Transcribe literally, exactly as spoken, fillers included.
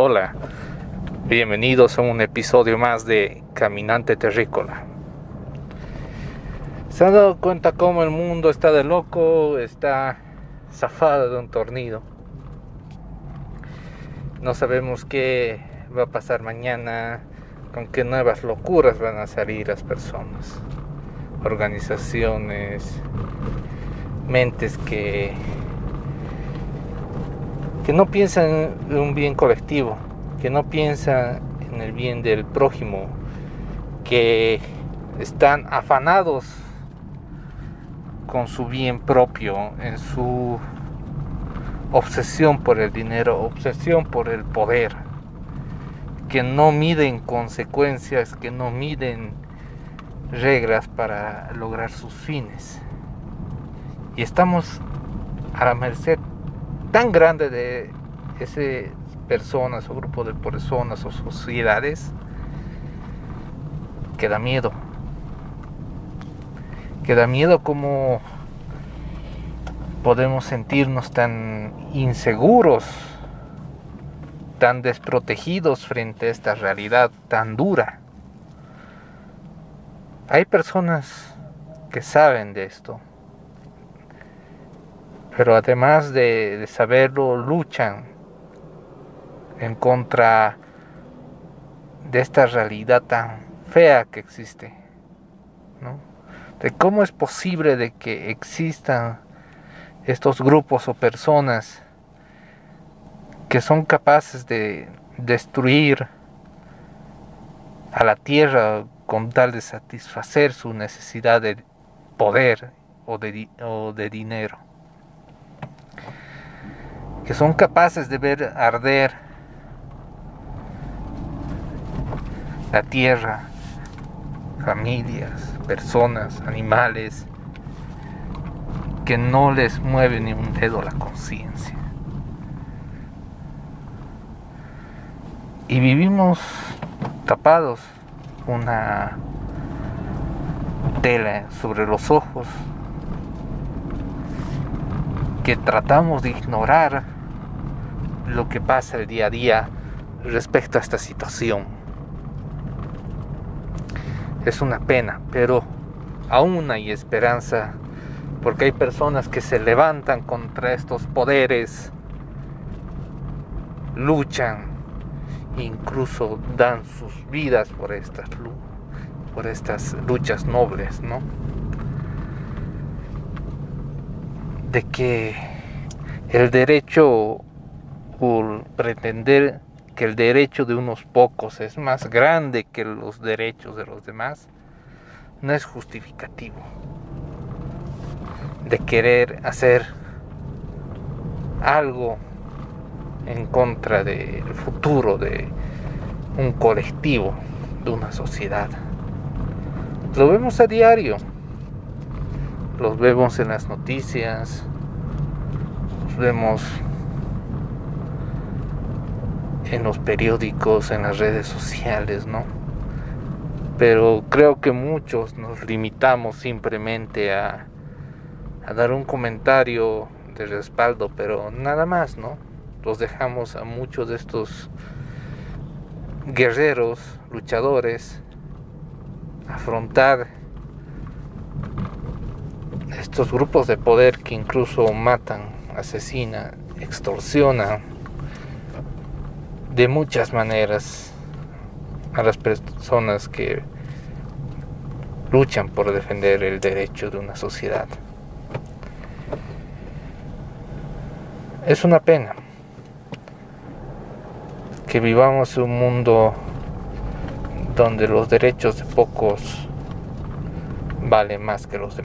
Hola, bienvenidos a un episodio más de Caminante Terrícola. ¿Se han dado cuenta cómo el mundo está de loco? Está zafado de un tornillo. No sabemos qué va a pasar mañana, con qué nuevas locuras van a salir las personas, organizaciones, mentes que, que no piensan en un bien colectivo, que no piensan en el bien del prójimo, que están afanados con su bien propio, en su obsesión por el dinero, obsesión por el poder, que no miden consecuencias, que no miden reglas para lograr sus fines. Y estamos a la merced tan grande de esas personas o grupo de personas o sociedades que da miedo. Que da miedo cómo podemos sentirnos tan inseguros, tan desprotegidos frente a esta realidad tan dura. Hay personas que saben de esto, pero además de, de saberlo, luchan en contra de esta realidad tan fea que existe, ¿no? De cómo es posible de que existan estos grupos o personas que son capaces de destruir a la tierra con tal de satisfacer su necesidad de poder o de, o de dinero, que son capaces de ver arder la tierra, familias, personas, animales, que no les mueve ni un dedo la conciencia. Y vivimos tapados una tela sobre los ojos que tratamos de ignorar lo que pasa el día a día respecto a esta situación. Es una pena, pero aún hay esperanza, porque hay personas que se levantan contra estos poderes, luchan, incluso dan sus vidas por estas, por estas luchas nobles, ¿no? De que el derecho, por pretender que el derecho de unos pocos es más grande que los derechos de los demás, no es justificativo de querer hacer algo en contra del futuro de un colectivo, de una sociedad. Lo vemos a diario, los vemos en las noticias, los vemos en los periódicos, en las redes sociales, ¿no? Pero creo que muchos nos limitamos simplemente a, a dar un comentario de respaldo, pero nada más, ¿no? Los dejamos a muchos de estos guerreros, luchadores, afrontar estos grupos de poder que incluso matan, asesinan, extorsionan de muchas maneras a las personas que luchan por defender el derecho de una sociedad. Es una pena que vivamos en un mundo donde los derechos de pocos valen más que los demás.